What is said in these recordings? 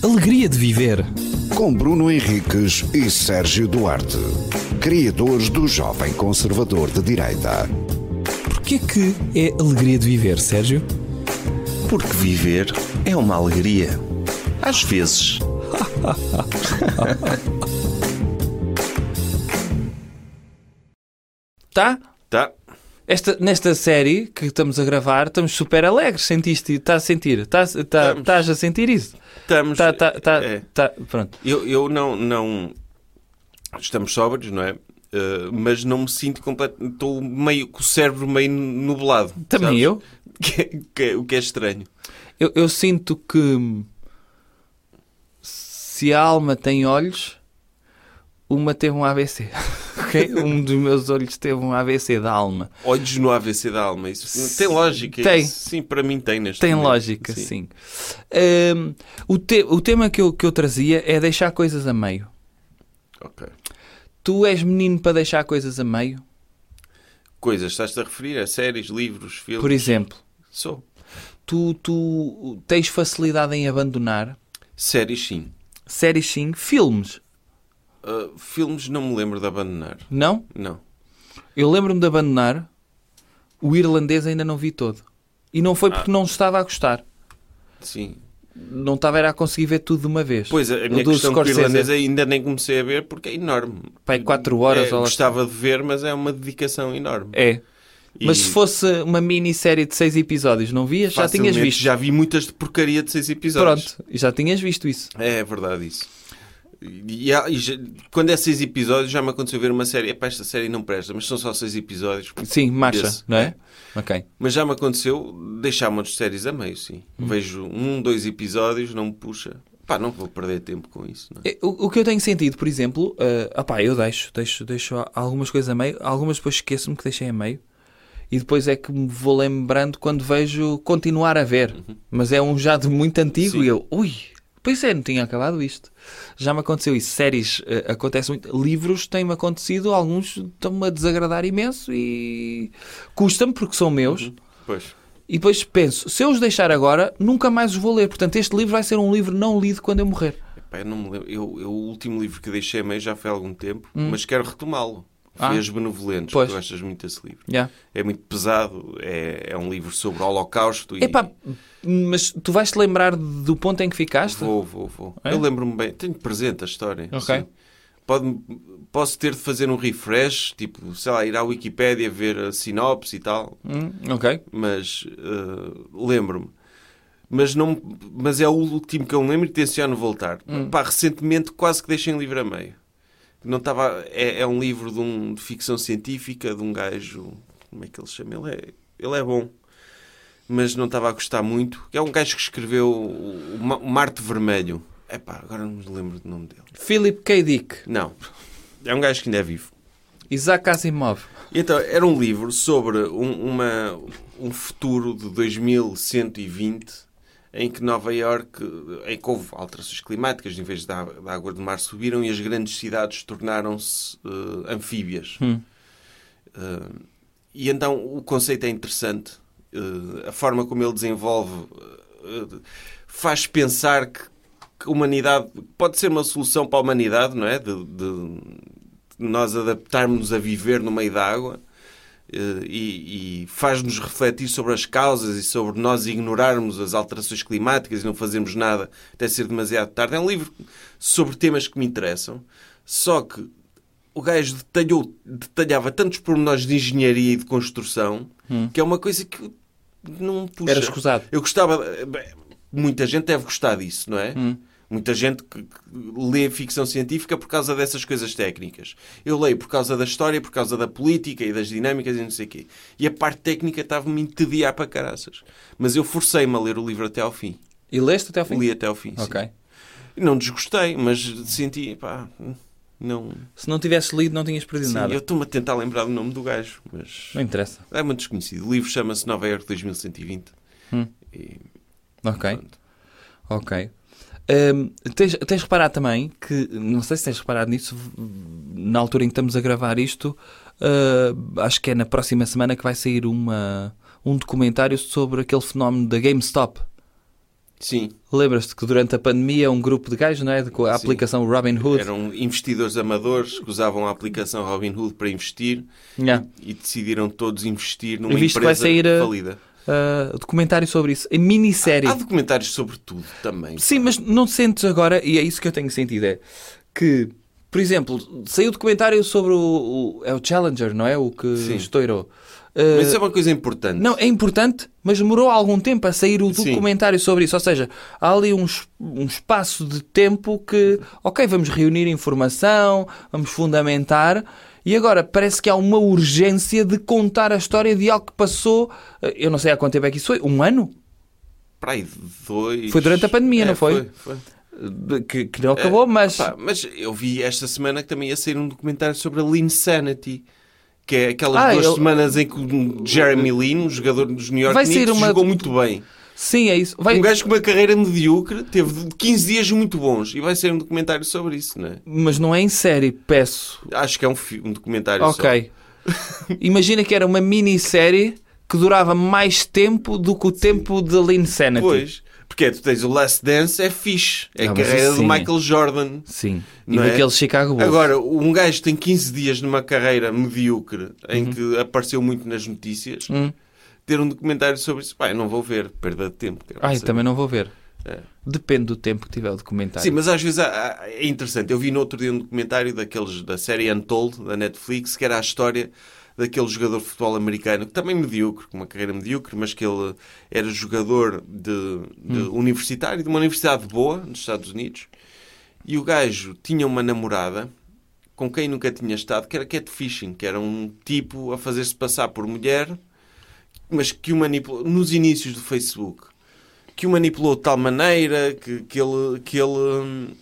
Alegria de viver. Com Bruno Henriques e Sérgio Duarte, criadores do Jovem Conservador de Direita. Porquê que é alegria de viver, Sérgio? Porque viver é uma alegria. Às vezes. Tá? Tá. Nesta série que estamos a gravar, estamos super alegres. Sentiste? Estás a sentir? Estás a sentir isso? Estamos. Pronto. Eu não. Estamos sóbrios, não é? Mas não me sinto completamente. Estou meio com o cérebro meio nublado. Também sabes? eu? O que é estranho. Eu sinto que se a alma tem olhos, uma teve um AVC. Okay? Um dos meus olhos teve um AVC da alma. Olhos no AVC da alma. Isso tem lógica. Tem. Isso, sim, para mim tem neste Tem momento. lógica, sim. O tema que eu trazia é deixar coisas a meio. Ok. Tu és menino para deixar coisas a meio? Coisas, estás-te a referir a séries, livros, filmes? Por exemplo, Sou. tu tens facilidade em abandonar? Séries, sim. Séries, sim. Filmes? Filmes não me lembro de abandonar. Não? Não. Eu lembro-me de abandonar. O irlandês ainda não vi todo. E não foi porque não estava a gostar. Sim. Não estava a conseguir ver tudo de uma vez. Pois, a minha do questão com o Scorsese. irlandês ainda nem comecei a ver porque é enorme. Pai, 4 horas. ou lá. Gostava de ver, mas é uma dedicação enorme. É. E Mas se fosse uma minissérie de 6 episódios, não vias? Já tinhas facilmente visto. Já vi muitas de porcaria de 6 episódios. Pronto, e já tinhas visto isso. É verdade isso. Quando é 6 episódios já me aconteceu ver uma série. Epá, esta série não presta, mas são só 6 episódios. Sim, marcha, Desse, não é? Ok. Mas já me aconteceu deixar montes de séries a meio, sim. Vejo 2 episódios, não me puxa. Pá, não vou perder tempo com isso. Não é? O que eu tenho sentido, por exemplo, eu deixo algumas coisas a meio, algumas depois esqueço-me que deixei a meio e depois é que me vou lembrando quando vejo continuar a ver. Mas é um já de muito antigo. Sim. E eu, pois é, não tinha acabado isto. Já me aconteceu isso. Séries acontece muito. Livros tem-me acontecido, alguns estão-me a desagradar imenso e custa-me porque são meus. Pois. E depois penso, se eu os deixar agora, nunca mais os vou ler. Portanto, este livro vai ser um livro não lido quando eu morrer. Epá, eu não me lembro. O último livro que deixei a meio já foi há algum tempo, mas quero retomá-lo. Foi As Benevolentes, Pois. porque gostas muito desse livro. Yeah. É muito pesado, é um livro sobre o Holocausto. Epá, mas tu vais-te lembrar do ponto em que ficaste? Vou. É? Eu lembro-me bem, tenho presente a história. Ok. Sim. Posso ter de fazer um refresh, tipo, sei lá, ir à Wikipédia ver a sinopse e tal, Ok. mas lembro-me. Mas é o último que eu me lembro e tenciono voltar. Pá, recentemente quase que deixei um livro a meio. Não estava, é um livro de ficção científica, de um gajo, como é que ele se chama? Ele é bom, mas não estava a gostar muito. É um gajo que escreveu o Marte Vermelho. Epá, agora não me lembro do nome dele. Philip K. Dick. Não. É um gajo que ainda é vivo. Isaac Asimov. Então, era um livro sobre um futuro de 2120 em que Nova Iorque, em que houve alterações climáticas, em vez da água do mar subiram e as grandes cidades tornaram-se anfíbias. E então o conceito é interessante. A forma como ele desenvolve faz pensar que a humanidade pode ser uma solução para a humanidade, não é? De nós adaptarmos a viver no meio da água e faz-nos refletir sobre as causas e sobre nós ignorarmos as alterações climáticas e não fazermos nada até ser demasiado tarde. É um livro sobre temas que me interessam, só que o gajo detalhava tantos pormenores de engenharia e de construção que é uma coisa que não puxa. Era escusado. Eu gostava... Muita gente deve gostar disso, não é? Muita gente que lê ficção científica por causa dessas coisas técnicas. Eu leio por causa da história, por causa da política e das dinâmicas e não sei o quê. E a parte técnica estava-me a entediar para caraças. Mas eu forcei-me a ler o livro até ao fim. E leste até ao fim? Li até ao fim, Ok. sim. E não desgostei, mas senti, pá, não... Se não tivesses lido, não tinhas perdido Sim, nada. eu estou-me a tentar lembrar do nome do gajo, mas... Não interessa. É muito desconhecido. O livro chama-se Nova Iorque 2120. E... Ok. Pronto. Ok. Tens reparado também que, não sei se tens reparado nisso, na altura em que estamos a gravar isto, acho que é na próxima semana que vai sair um documentário sobre aquele fenómeno da GameStop. Sim. Lembras-te que durante a pandemia um grupo de gajos, não é? Com a aplicação Robinhood. Eram investidores amadores que usavam a aplicação Robinhood para investir e decidiram todos investir numa visto que vai empresa sair falida. Documentário sobre isso. Em minissérie. Há documentários sobre tudo também. Sim, mas não sentes agora, e é isso que eu tenho sentido, é que, por exemplo, saiu o documentário sobre o Challenger, não é? O que estourou. Mas isso é uma coisa importante. Não, é importante, mas demorou algum tempo a sair o documentário sobre isso. Ou seja, há ali um espaço de tempo que, ok, vamos reunir informação, vamos fundamentar, e agora parece que há uma urgência de contar a história de algo que passou, eu não sei há quanto tempo é que isso foi, 1 ano? Para aí, 2... Foi durante a pandemia, não foi? Foi. Que não acabou, mas... Mas eu vi esta semana que também ia sair um documentário sobre a Linsanity. Que é aquelas 2 semanas em que o Jeremy Lin, um jogador dos New York Knicks, jogou muito bem. Sim, é isso. Um gajo com uma carreira medíocre, teve 15 dias muito bons. E vai ser um documentário sobre isso, não é? Mas não é em série, peço. Acho que é um documentário Ok. Imagina que era uma minissérie que durava mais tempo do que o tempo de Linsanity. Pois. Porque tu tens o Last Dance, é fixe. É a carreira do Michael Jordan. Sim. E daquele Chicago Bulls. Agora, um gajo tem 15 dias numa carreira medíocre em que apareceu muito nas notícias. Ter um documentário sobre isso, eu não vou ver. Perda de tempo. Também não vou ver. Depende do tempo que tiver o documentário. Sim, mas às vezes é interessante. Eu vi no outro dia um documentário da série Untold, da Netflix, que era a história daquele jogador de futebol americano, que também medíocre, com uma carreira medíocre, mas que ele era jogador de universitário, de uma universidade boa, nos Estados Unidos, e o gajo tinha uma namorada com quem nunca tinha estado, que era catfishing, que era um tipo a fazer-se passar por mulher, mas que o manipulou, nos inícios do Facebook, que o manipulou de tal maneira que ele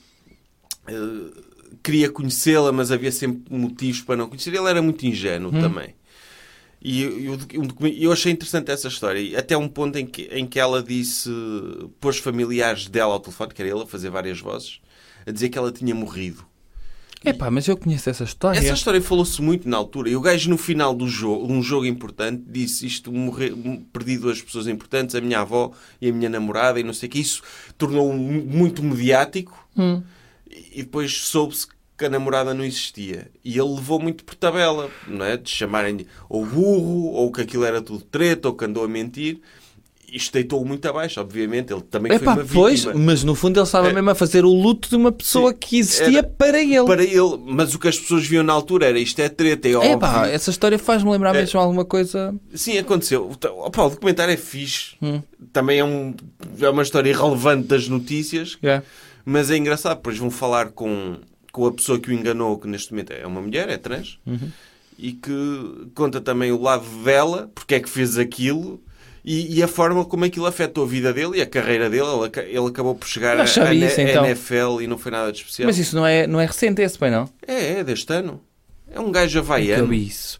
queria conhecê-la, mas havia sempre motivos para não conhecer. Ele era muito ingênuo também. E eu achei interessante essa história. Até um ponto em que ela disse, pôs familiares dela ao telefone, que era ele a fazer várias vozes, a dizer que ela tinha morrido. Mas eu conheço essa história. Essa história falou-se muito na altura. E o gajo, no final do jogo, um jogo importante, disse perdi 2 pessoas importantes, a minha avó e a minha namorada, e não sei o que. Isso tornou-o muito mediático. E depois soube-se que a namorada não existia. E ele levou muito por tabela, não é? De chamarem-lhe ou burro, ou que aquilo era tudo treta, ou que andou a mentir. Isto deitou-o muito abaixo, obviamente. Ele também foi uma vítima. Pois, mas no fundo ele estava mesmo a fazer o luto de uma pessoa que existia para ele. Para ele. Mas o que as pessoas viam na altura era isto é treta, é óbvio. Essa história faz-me lembrar mesmo alguma coisa... Sim, aconteceu. O documentário é fixe. Também é uma história relevante das notícias. Mas é engraçado, depois vão falar com a pessoa que o enganou, que neste momento é uma mulher, é trans, e que conta também o lado dela, porque é que fez aquilo, e a forma como aquilo afetou a vida dele e a carreira dele. Ele acabou por chegar à NFL e não foi nada de especial. Mas isso não é recente esse, bem não? É deste ano. É um gajo havaiano. Eu vi isso.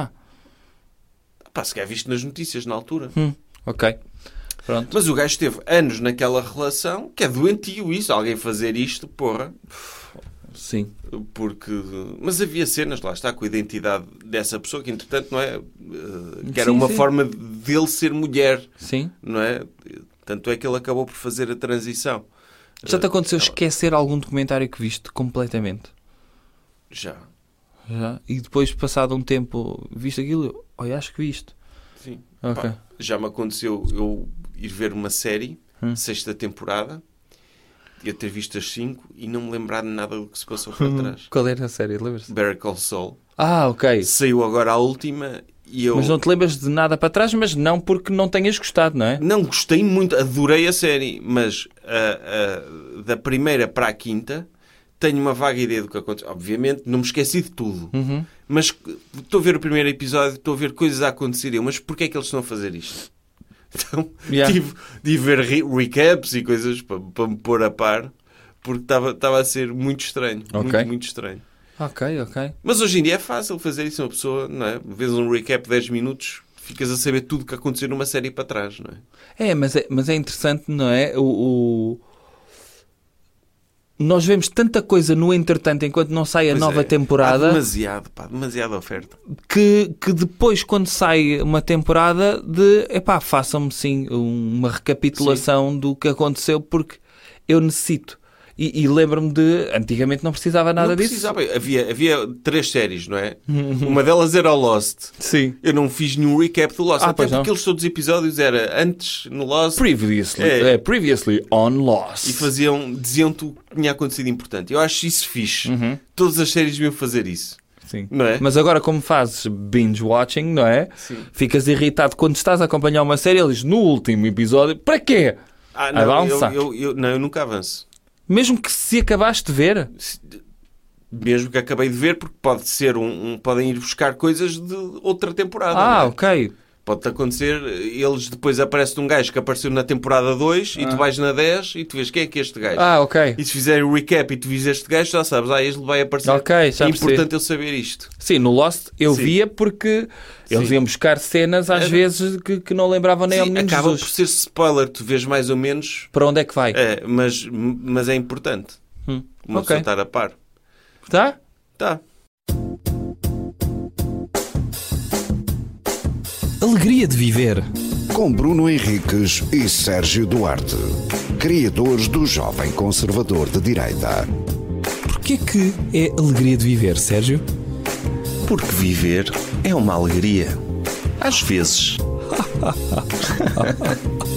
Se quer visto nas notícias na altura. Ok. Pronto. Mas o gajo teve anos naquela relação, que é doentio isso, alguém fazer isto, porra. Sim. Mas havia cenas, lá está, com a identidade dessa pessoa, que entretanto, não é? Que era uma forma dele ser mulher. Sim. Não é? Tanto é que ele acabou por fazer a transição. Já te aconteceu esquecer algum documentário que viste completamente? Já. E depois, passado um tempo, viste aquilo? Acho que viste. Sim. Okay. Já me aconteceu eu ir ver uma série, 6ª temporada, eu ter visto as 5 e não me lembrar de nada do que se passou para trás. Qual era a série? Lembras-te? Better Call Saul. Ok. Saiu agora a última e eu... Mas não te lembras de nada para trás, mas não porque não tenhas gostado, não é? Não, gostei muito, adorei a série, mas da primeira para a 5ª tenho uma vaga ideia do que aconteceu. Obviamente, não me esqueci de tudo. Mas estou a ver o primeiro episódio, estou a ver coisas a acontecer. Mas porquê é que eles estão a fazer isto? Então, tive de ver recaps e coisas para me pôr a par, porque estava a ser muito estranho. Muito estranho. Ok. Mas hoje em dia é fácil fazer isso. Uma pessoa, não é? Vês um recap de 10 minutos, ficas a saber tudo o que aconteceu numa série para trás, não é? Mas é interessante, não é? nós vemos tanta coisa no entretanto enquanto não sai a Pois nova é. temporada Há demasiada oferta. que depois, quando sai uma temporada, façam-me sim uma recapitulação do que aconteceu, porque eu necessito. E lembro-me antigamente não precisava nada Não disso. precisava. Havia 3 séries, não é? Uma delas era o Lost. Sim. Eu não fiz nenhum recap do Lost. Até pois não. porque todos os episódios era antes no Lost Previously on Lost. e diziam-te o que tinha acontecido importante. Eu acho isso fixe. Todas as séries deviam fazer isso. Sim. Não é? Mas agora, como fazes binge watching, não é? Sim. Ficas irritado quando estás a acompanhar uma série, eles no último episódio, para quê? Não, Vai um saco. eu nunca avanço. Mesmo que se acabaste de ver. Mesmo que acabei de ver, porque pode ser podem ir buscar coisas de outra temporada. não é? Ok. Pode-te acontecer, eles depois aparece um gajo que apareceu na temporada 2 e tu vais na 10 e tu vês quem é que é este gajo. Ok. E se fizerem o recap e tu vis este gajo, já sabes, este vai aparecer. Ok, já É percebi. importante eu saber isto. Sim, no Lost eu Sim. via porque eles Sim. iam buscar cenas às vezes que não lembravam nem ao Sim, menino acaba Jesus. por ser spoiler, tu vês mais ou menos, Para onde é que vai? mas é importante. Uma Ok. pessoa estar a par. Tá? Tá. Alegria de viver. Com Bruno Henriques e Sérgio Duarte, criadores do Jovem Conservador de Direita. Porquê que é alegria de viver, Sérgio? Porque viver é uma alegria. Às vezes.